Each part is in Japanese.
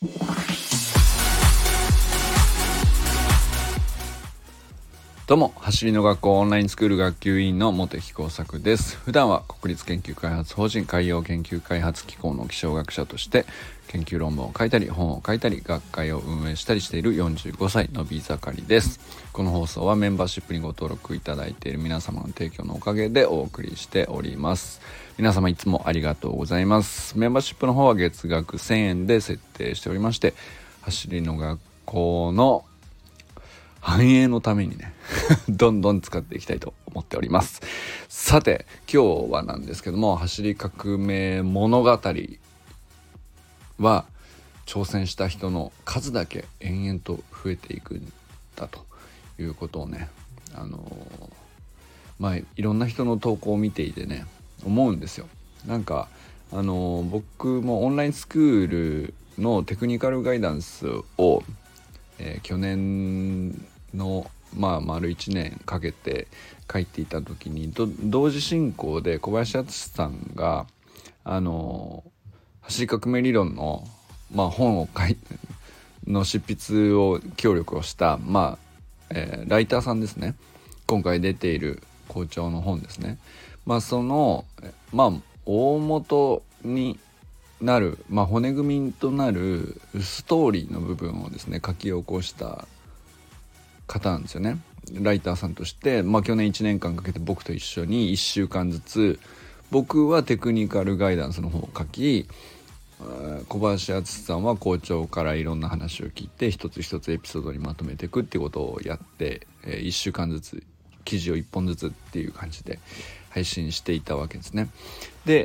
どうも、走りの学校オンラインスクール学級委員の茂木耕作です。普段は国立研究開発法人海洋研究開発機構の気象学者として研究論文を書いたり本を書いたり学会を運営したりしている45歳のび盛りです。この放送はメンバーシップにご登録いただいている皆様の提供のおかげでお送りしております。皆様いつもありがとうございます。メンバーシップの方は月額1000円で設定しておりまして、走りの学校の繁栄のためにねどんどん使っていきたいと思っております。さて今日はなんですけども、走り革命物語は挑戦した人の数だけ延々と増えていくんだということをね、いろんな人の投稿を見ていてね思うんですよ。なんか僕もオンラインスクールのテクニカルガイダンスを去年の丸1年かけて書いていた時に同時進行で小林敦さんが走り革命理論の、本をの執筆を協力をした、ライターさんですね。今回出ている校長の本ですね。その大元になる、骨組みとなるストーリーの部分をですね書き起こした方なんですよね。ライターさんとして、去年1年間かけて僕と一緒に1週間ずつ、僕はテクニカルガイダンスの方を書き、小林敦さんは校長からいろんな話を聞いて一つ一つエピソードにまとめていくっていうことをやって、1週間ずつ記事を1本ずつっていう感じで配信していたわけですね。で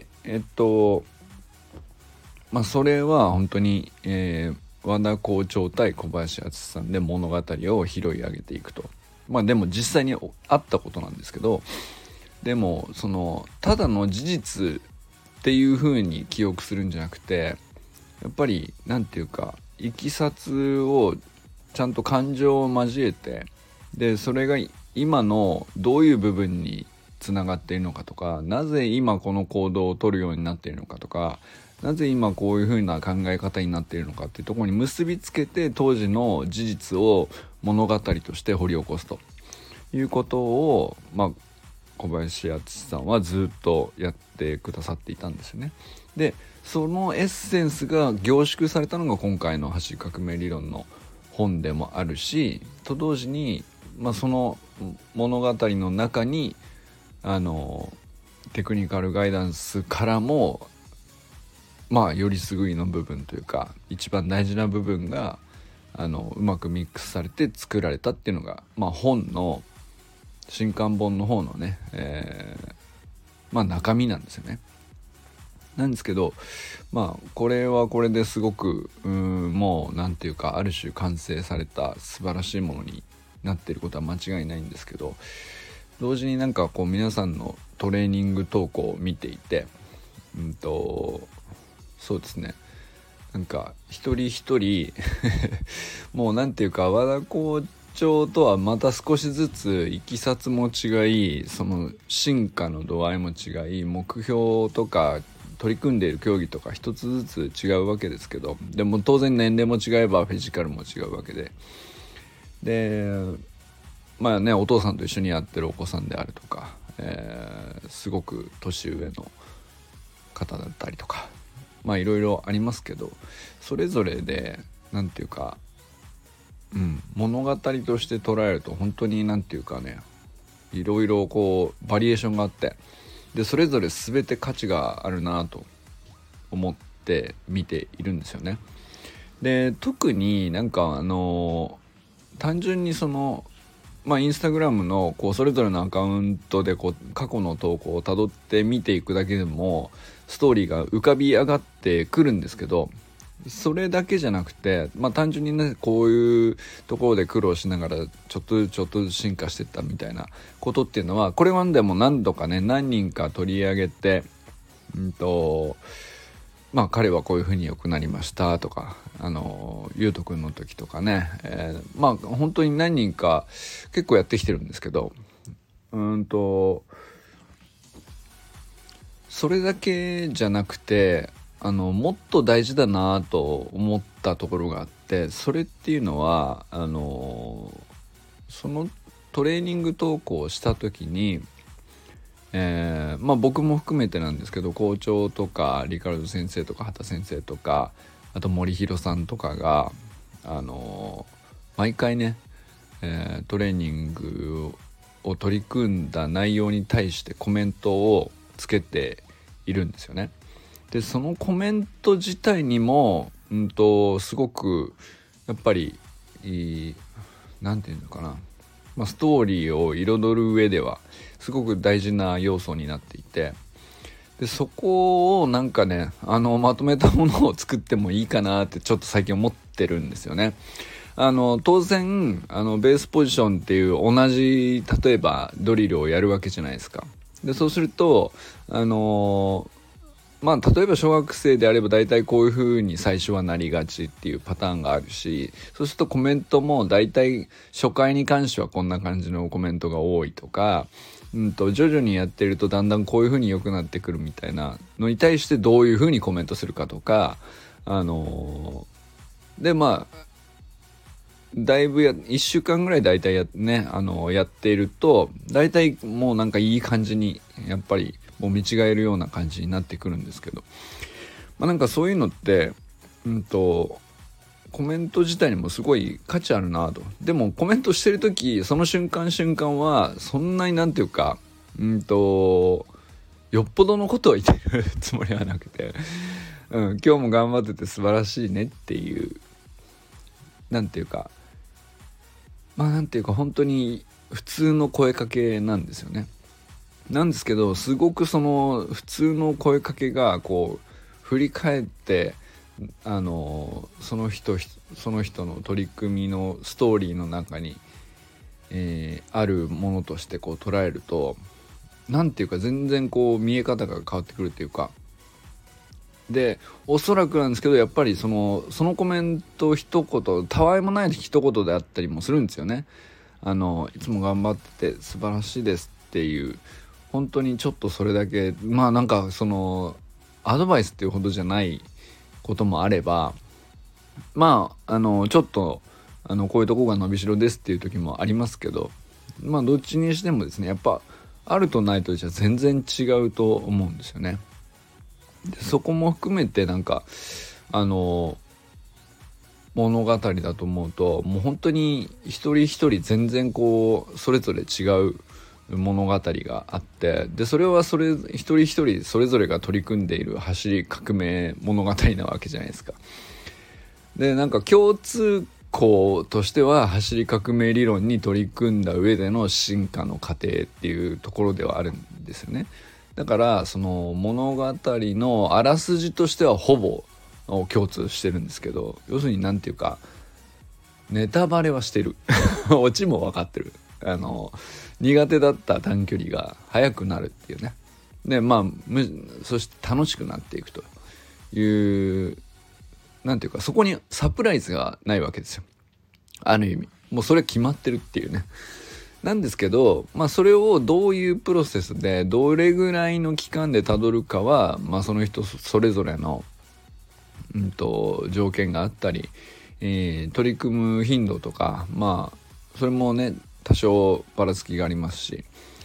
それは本当に、和田校長対小林敦さんで物語を拾い上げていくと。でも実際にあったことなんですけど、でもただの事実っていう風に記憶するんじゃなくて、やっぱりなんていうかいきさつをちゃんと感情を交えて、でそれが今のどういう部分につながっているのかとか、なぜ今この行動を取るようになっているのかとか、なぜ今こういう風な考え方になっているのかっていうところに結びつけて、当時の事実を物語として掘り起こすということを、小林敦さんはずっとやってくださっていたんですよね。でそのエッセンスが凝縮されたのが今回の走り革命理論の本でもあるし、と同時に、その物語の中にテクニカルガイダンスからもよりすぐりの部分というか一番大事な部分がうまくミックスされて作られたっていうのが、本の新刊本の方のね、中身なんですよね。なんですけどこれはこれですごくもうなんていうかある種完成された素晴らしいものになっていることは間違いないんですけど、同時に皆さんのトレーニング投稿を見ていてそうですね、一人一人もうなんていうか和田校長とはまた少しずついきさつも違い、その進化の度合いも違い、目標とか取り組んでいる競技とか一つずつ違うわけですけど、でも当然年齢も違えばフィジカルも違うわけで、お父さんと一緒にやってるお子さんであるとか、すごく年上の方だったりとか、いろいろありますけど、それぞれでなんていうか、物語として捉えると本当になんていうかね、いろいろバリエーションがあって、でそれぞれ全て価値があるなと思って見ているんですよね。で特に単純にインスタグラムのそれぞれのアカウントで過去の投稿をたどって見ていくだけでもストーリーが浮かび上がってくるんですけど、それだけじゃなくて、単純にねこういうところで苦労しながらちょっと進化していったみたいなことっていうのは、これまでも何度かね何人か取り上げて彼はこういうふうに良くなりましたとか、ゆうとくんの時とかね、本当に何人か結構やってきてるんですけど、それだけじゃなくてもっと大事だなと思ったところがあって、それっていうのはそのトレーニング投稿をした時に、僕も含めてなんですけど、校長とかリカルド先生とか畑先生とか、あと森弘さんとかが毎回ね、トレーニングを取り組んだ内容に対してコメントをつけているんですよね。でそのコメント自体にもすごくやっぱりなんていうのかな、ストーリーを彩る上ではすごく大事な要素になっていて、でそこをなんかねまとめたものを作ってもいいかなってちょっと最近思ってるんですよね。当然ベースポジションっていう同じ例えばドリルをやるわけじゃないですか。でそうすると例えば小学生であれば大体こういう風に最初はなりがちっていうパターンがあるし、そうするとコメントも大体初回に関してはこんな感じのコメントが多いとか、徐々にやってるとだんだんこういう風に良くなってくるみたいなのに対してどういう風にコメントするかとか、でだいぶ1週間ぐらい大体やっていると大体もうなんかいい感じにやっぱりもう見違えるような感じになってくるんですけど、なんかそういうのってコメント自体にもすごい価値あるなと。でもコメントしてる時その瞬間瞬間はそんなになんていうかよっぽどのことを言ってるつもりはなくて、今日も頑張ってて素晴らしいねっていうなんていうか本当に普通の声かけなんですよね。なんですけどすごくその普通の声かけがこう振り返ってその人の取り組みのストーリーの中に、あるものとしてこう捉えるとなんていうか全然こう見え方が変わってくるっていうか、でおそらくなんですけどやっぱりそのコメント一言たわいもない一言であったりもするんですよね。いつも頑張ってて素晴らしいですっていう本当にちょっとそれだけなんかそのアドバイスっていうほどじゃないこともあればちょっとこういうとこが伸びしろですっていう時もありますけど、どっちにしてもですねやっぱあるとないとじゃ全然違うと思うんですよね。でそこも含めてなんか物語だと思うともう本当に一人一人全然こうそれぞれ違う物語があって、でそれはそれ一人一人それぞれが取り組んでいる走り革命物語なわけじゃないですか。でなんか共通項としては走り革命理論に取り組んだ上での進化の過程っていうところではあるんですよね。だからその物語のあらすじとしてはほぼ共通してるんですけど、要するになんていうかネタバレはしてるオチも分かってる。苦手だった短距離が速くなるっていうね。でそして楽しくなっていくというなんていうかそこにサプライズがないわけですよ。ある意味もうそれ決まってるっていうね。なんですけどそれをどういうプロセスでどれぐらいの期間でたどるかはその人それぞれの条件があったり、取り組む頻度とかそれもね多少ばらつきがありますし、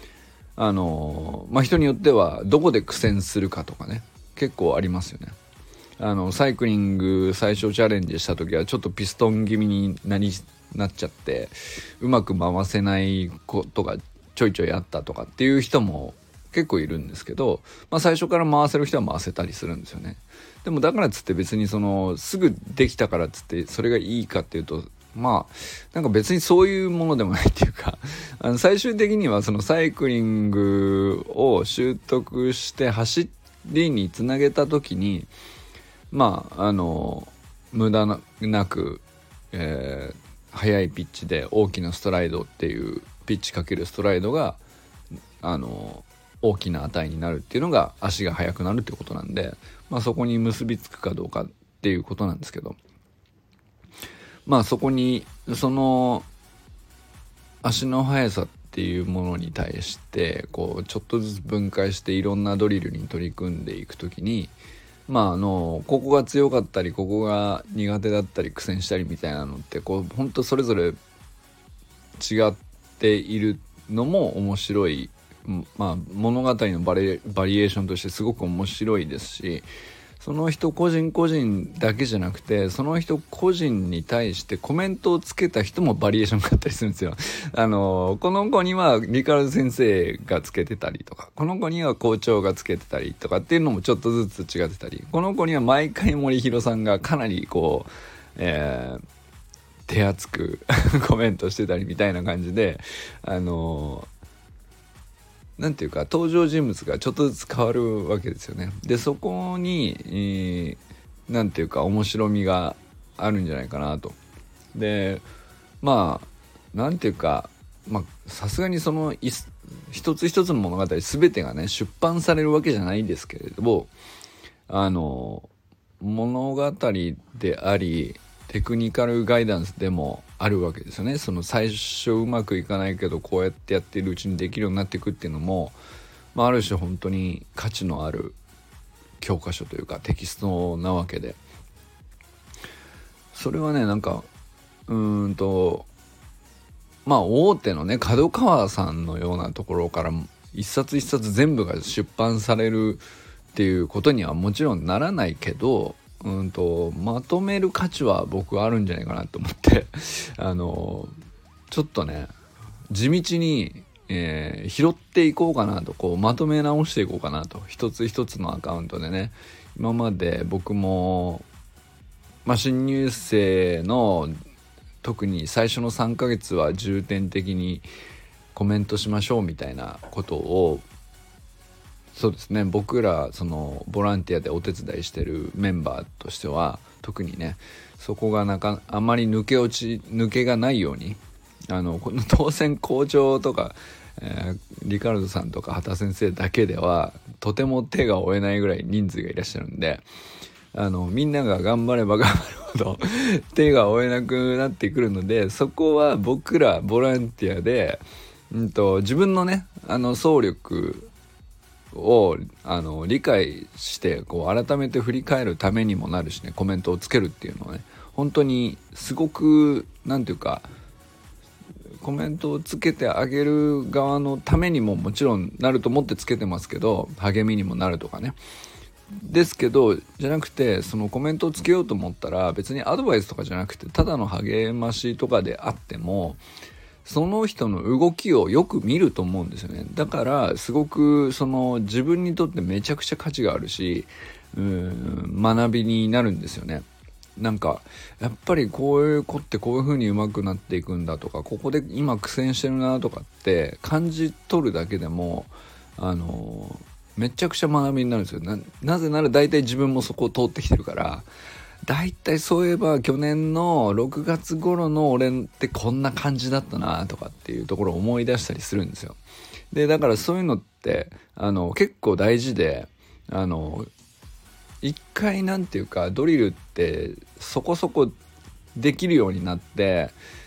人によってはどこで苦戦するかとかね結構ありますよね。サイクリング最初チャレンジした時はちょっとピストン気味になっちゃってうまく回せないことがちょいちょいあったとかっていう人も結構いるんですけど、最初から回せる人は回せたりするんですよね。でもだからっつって別にすぐできたからっつってそれがいいかっていうとなんか別にそういうものでもないっていうか最終的にはそのサイクリングを習得して走りにつなげた時に無駄なく、速いピッチで大きなストライドっていうピッチかけるストライドが大きな値になるっていうのが足が速くなるっていうことなんで、そこに結びつくかどうかっていうことなんですけど、そこにその足の速さっていうものに対してこうちょっとずつ分解していろんなドリルに取り組んでいくときにここが強かったりここが苦手だったり苦戦したりみたいなのって本当それぞれ違っているのも面白い、物語のバリエーションとしてすごく面白いですし、その人個人個人だけじゃなくてその人個人に対してコメントをつけた人もバリエーションがあったりするんですよ。この子にはリカルド先生がつけてたりとか、この子には校長がつけてたりとかっていうのもちょっとずつ違ってたり、この子には毎回森弘さんがかなり手厚くコメントしてたりみたいな感じでなんていうか登場人物がちょっとずつ変わるわけですよね。でそこに、なんていうか面白みがあるんじゃないかなと。でなんていうかさすがにその一つ一つの物語全てがね出版されるわけじゃないんですけれども、物語でありテクニカルガイダンスでもあるわけですよね。その最初うまくいかないけどこうやってやっているうちにできるようになっていくっていうのも、ある種本当に価値のある教科書というかテキストなわけで、それはね大手のね角川さんのようなところから一冊一冊全部が出版されるっていうことにはもちろんならないけど、まとめる価値は僕はあるんじゃないかなと思ってちょっとね地道に、拾っていこうかなと、まとめ直していこうかなと、一つ一つのアカウントでね。今まで僕も、新入生の特に最初の3ヶ月は重点的にコメントしましょうみたいなことを、そうですね、僕らそのボランティアでお手伝いしてるメンバーとしては特にねそこがあまり抜けがないように当然校長とか、リカルドさんとか畑先生だけではとても手が負えないぐらい人数がいらっしゃるんで、みんなが頑張れば頑張るほど手が負えなくなってくるので、そこは僕らボランティアで、自分のね総力を理解して改めて振り返るためにもなるしね、コメントをつけるっていうのはね本当にすごくなんていうかコメントをつけてあげる側のためにももちろんなると思ってつけてますけど、励みにもなるとかねですけど、じゃなくてそのコメントをつけようと思ったら別にアドバイスとかじゃなくてただの励ましとかであってもその人の動きをよく見ると思うんですよね。だからすごくその自分にとってめちゃくちゃ価値があるし、学びになるんですよね。やっぱりこういう子ってこういう風に上手くなっていくんだとか、ここで今苦戦してるなとかって感じ取るだけでもめちゃくちゃ学びになるんですよ。なぜなら大体自分もそこを通ってきてるから、だいたいそういえば去年の6月頃の俺ってこんな感じだったなとかっていうところを思い出したりするんですよ。でだからそういうのって結構大事で、一回なんていうかドリルってそこそこできるようになって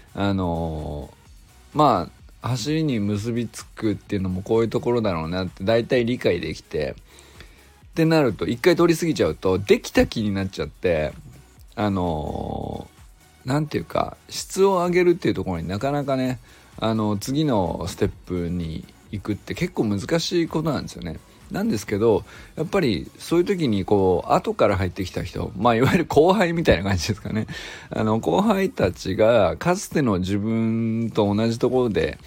走りに結びつくっていうのもこういうところだろうなって大体理解できてってなると、一回通り過ぎちゃうとできた気になっちゃってなんていうか質を上げるっていうところになかなかね次のステップに行くって結構難しいことなんですよね。なんですけどやっぱりそういう時に後から入ってきた人、いわゆる後輩みたいな感じですかね。後輩たちがかつての自分と同じところで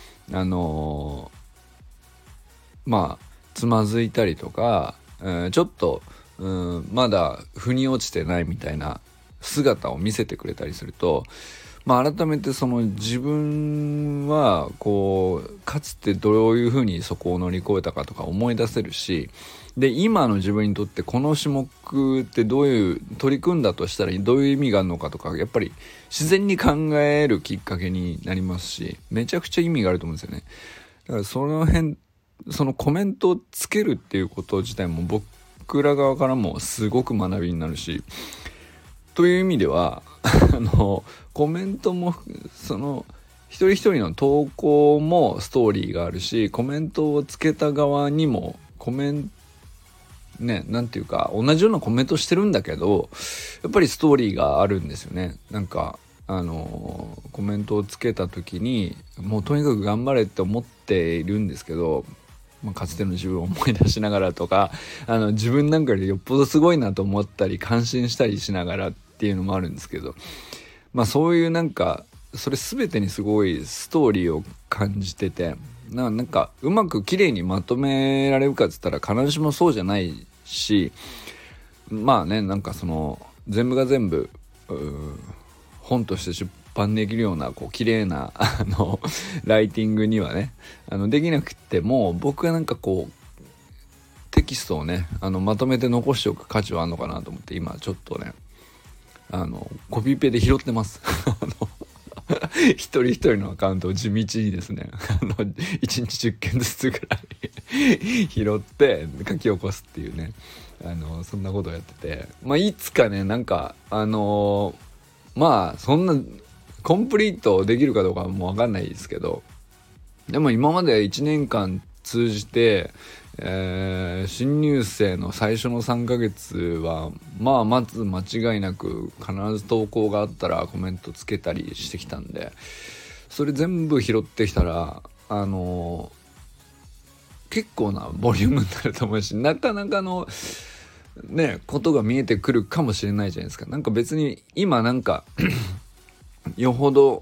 つまずいたりとか、ちょっとまだ腑に落ちてないみたいな姿を見せてくれたりすると、改めてその自分はかつてどういうふうにそこを乗り越えたかとか思い出せるし、で今の自分にとってこの種目ってどういう取り組んだとしたらどういう意味があるのかとかやっぱり自然に考えるきっかけになりますし、めちゃくちゃ意味があると思うんですよね。だからそのコメントをつけるっていうこと自体も僕ら側からもすごく学びになるし、という意味ではコメントもその一人一人の投稿もストーリーがあるし、コメントをつけた側にもコメンね、なんていうか同じようなコメントしてるんだけど、やっぱりストーリーがあるんですよね。なんかコメントをつけた時にもうとにかく頑張れって思っているんですけど、かつての自分を思い出しながらとか、自分なんかよりよっぽどすごいなと思ったり感心したりしながらっていうのもあるんですけど、そういうなんかそれ全てにすごいストーリーを感じてて、なんかうまく綺麗にまとめられるかっつったら必ずしもそうじゃないし、なんかその全部が全部本として出版できるようなこう綺麗なライティングにはねできなくても、僕はなんかこうテキストをねまとめて残しておく価値はあるのかなと思って、今ちょっとねコピペで拾ってます一人一人のアカウントを地道にですね1日10件ずつぐらい拾って書き起こすっていうね、そんなことをやってて、いつかねなんかそんなコンプリートできるかどうかはもう分かんないですけど、でも今まで1年間通じて、新入生の最初の3ヶ月はまず間違いなく必ず投稿があったらコメントつけたりしてきたんで、それ全部拾ってきたら結構なボリュームになると思うし、なかなかのねことが見えてくるかもしれないじゃないですか。なんか別に今なんかよほど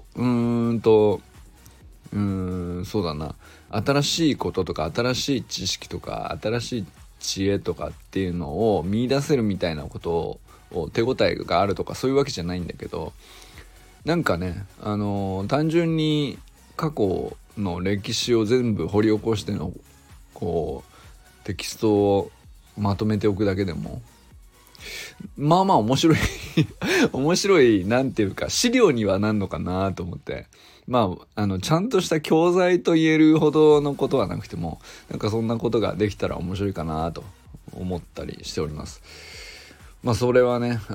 そうだな、新しいこととか新しい知識とか新しい知恵とかっていうのを見出せるみたいなことを手応えがあるとかそういうわけじゃないんだけど、なんかね単純に過去の歴史を全部掘り起こしてのこうテキストをまとめておくだけでも面白い面白い、なんていうか資料にはなんのかなと思って、ちゃんとした教材と言えるほどのことはなくても、なんかそんなことができたら面白いかなと思ったりしております。それはね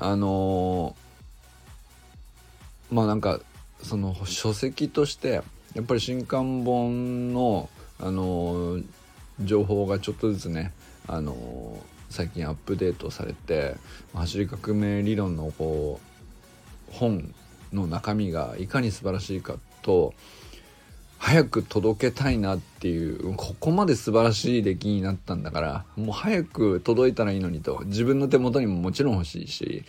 なんかその書籍としてやっぱり新刊本の情報がちょっとずつね最近アップデートされて、走り革命理論のこう本の中身がいかに素晴らしいかと、早く届けたいなっていう、ここまで素晴らしい出来になったんだからもう早く届いたらいいのにと、自分の手元にももちろん欲しいし、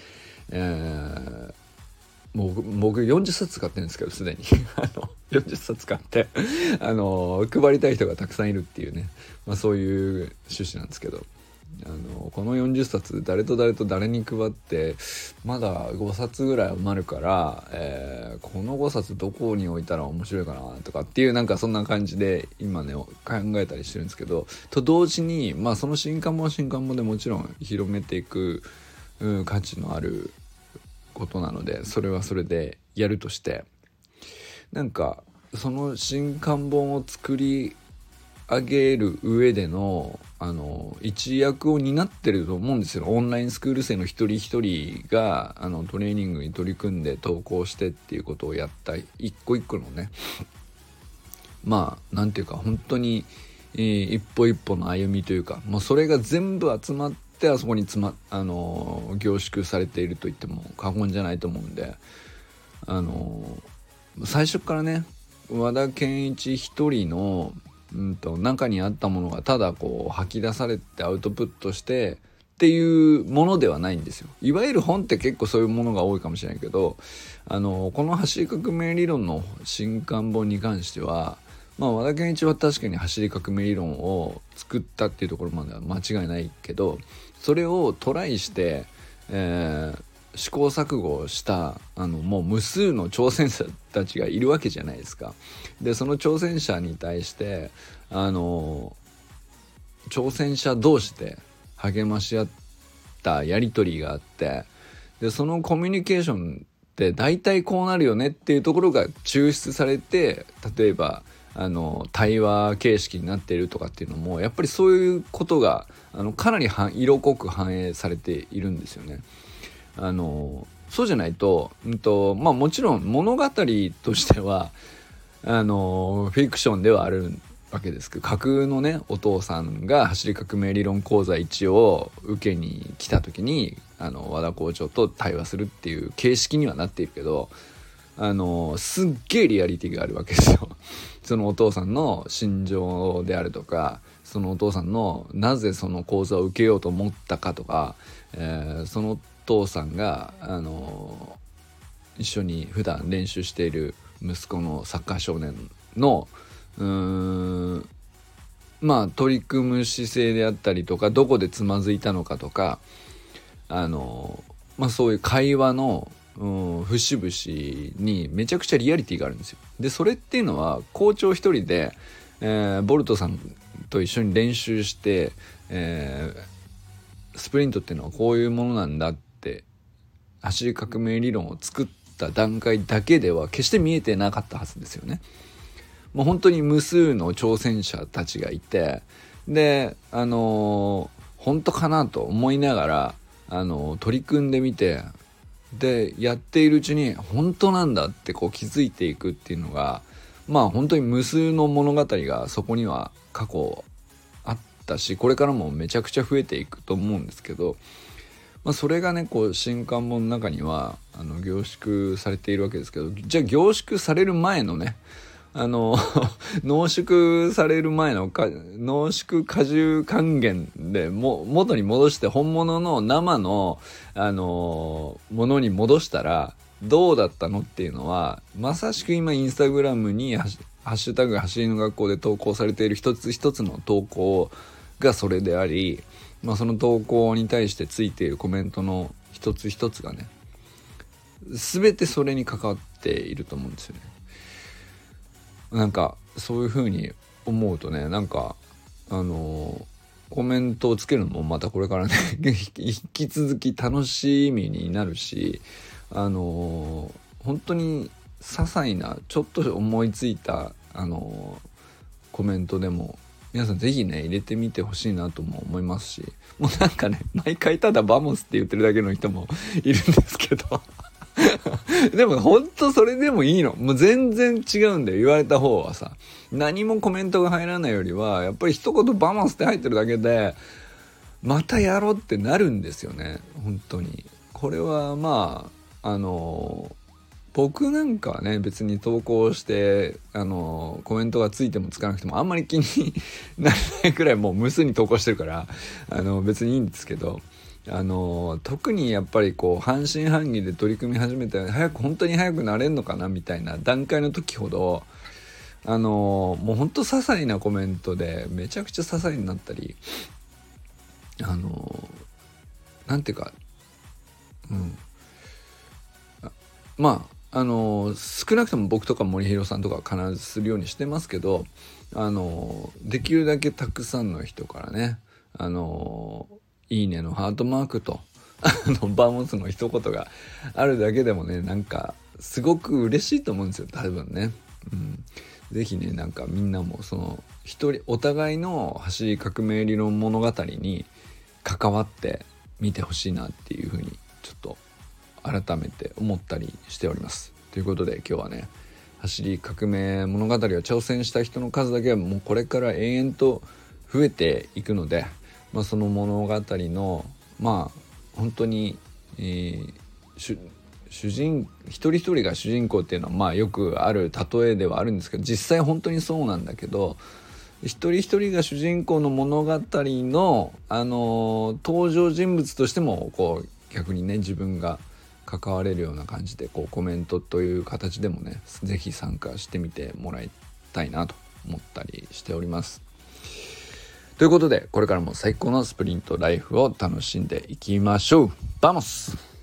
もう僕40冊使ってるんですけどすでに40冊買って配りたい人がたくさんいるっていうね、そういう趣旨なんですけど、この40冊誰と誰と誰に配ってまだ5冊ぐらい余るから、この5冊どこに置いたら面白いかなとかっていう、なんかそんな感じで今ね考えたりしてるんですけど、と同時にその新刊もでもちろん広めていく価値のあることなので、それはそれでやるとして、なんかその新刊本を作り上げる上での一役を担ってると思うんですよ。オンラインスクール生の一人一人がトレーニングに取り組んで投稿してっていうことをやった一個一個のね、なんていうか本当に、一歩一歩の歩みというか、もうそれが全部集まってあそこに凝縮されていると言っても過言じゃないと思うんで、最初からね和田健一一人の中にあったものがただこう吐き出されてアウトプットしてっていうものではないんですよ。いわゆる本って結構そういうものが多いかもしれないけど、この走り革命理論の新刊本に関しては和田健一は確かに走り革命理論を作ったっていうところまでは間違いないけど、それをトライして、試行錯誤したもう無数の挑戦者たちがいるわけじゃないですか。でその挑戦者に対して挑戦者同士で励まし合ったやり取りがあって、でそのコミュニケーションって大体こうなるよねっていうところが抽出されて、例えば対話形式になっているとかっていうのもやっぱりそういうことがかなり色濃く反映されているんですよね。そうじゃないと、もちろん物語としてはフィクションではあるわけですけど、架空のねお父さんが走り革命理論講座1を受けに来た時に和田校長と対話するっていう形式にはなっているけど、すっげえリアリティがあるわけですよ。そのお父さんの心情であるとか、そのお父さんのなぜその講座を受けようと思ったかとか、そのお父さんが一緒に普段練習している息子のサッカー少年の取り組む姿勢であったりとか、どこでつまずいたのかとか、そういう会話の節々にめちゃくちゃリアリティがあるんですよ。でそれっていうのは校長一人で、ボルトさんと一緒に練習して、スプリントっていうのはこういうものなんだって走り革命理論を作った段階だけでは決して見えてなかったはずですよね。もう本当に無数の挑戦者たちがいて、で本当かなと思いながら取り組んでみて、でやっているうちに本当なんだってこう気づいていくっていうのが、本当に無数の物語がそこには過去あったし、これからもめちゃくちゃ増えていくと思うんですけど、それがねこう新刊本の中には凝縮されているわけですけど、じゃあ凝縮される前のね濃縮される前の濃縮果汁還元で元に戻して本物の生のものに戻したらどうだったのっていうのは、まさしく今インスタグラムにハッシュタグ走りの学校で投稿されている一つ一つの投稿がそれであり、その投稿に対してついているコメントの一つ一つがね全てそれに関わっていると思うんですよね。なんかそういう風に思うとね、なんかコメントをつけるのもまたこれからね引き続き楽しみになるし、本当に些細なちょっと思いついたコメントでも皆さんぜひね入れてみてほしいなとも思いますし、もうなんかね毎回ただバモスって言ってるだけの人もいるんですけどでも本当それでもいいの。もう全然違うんだよ、言われた方はさ。何もコメントが入らないよりはやっぱり一言バモスって入ってるだけでまたやろうってなるんですよね。本当にこれは僕なんかはね別に投稿してコメントがついてもつかなくてもあんまり気にならないくらいもう無数に投稿してるから別にいいんですけど、特にやっぱりこう半信半疑で取り組み始めて本当に早くなれんのかなみたいな段階の時ほどもう本当些細なコメントでめちゃくちゃ些細になったりなんていうか少なくとも僕とか森弘さんとかは必ずするようにしてますけどできるだけたくさんの人からねいいねのハートマークとバーモスの一言があるだけでもねなんかすごく嬉しいと思うんですよ多分ね、ぜひねなんかみんなもそのお互いの走り革命理論物語に関わってみてほしいなっていうふうにちょっと改めて思ったりしております。ということで今日はね走り革命物語を挑戦した人の数だけはもうこれから永遠と増えていくので、その物語の本当に、主人一人一人が主人公っていうのはよくある例えではあるんですけど、実際本当にそうなんだけど、一人一人が主人公の物語の、登場人物としてもこう逆にね自分が関われるような感じでこうコメントという形でもねぜひ参加してみてもらいたいなと思ったりしております。ということでこれからも最高のスプリントライフを楽しんでいきましょう。バモス。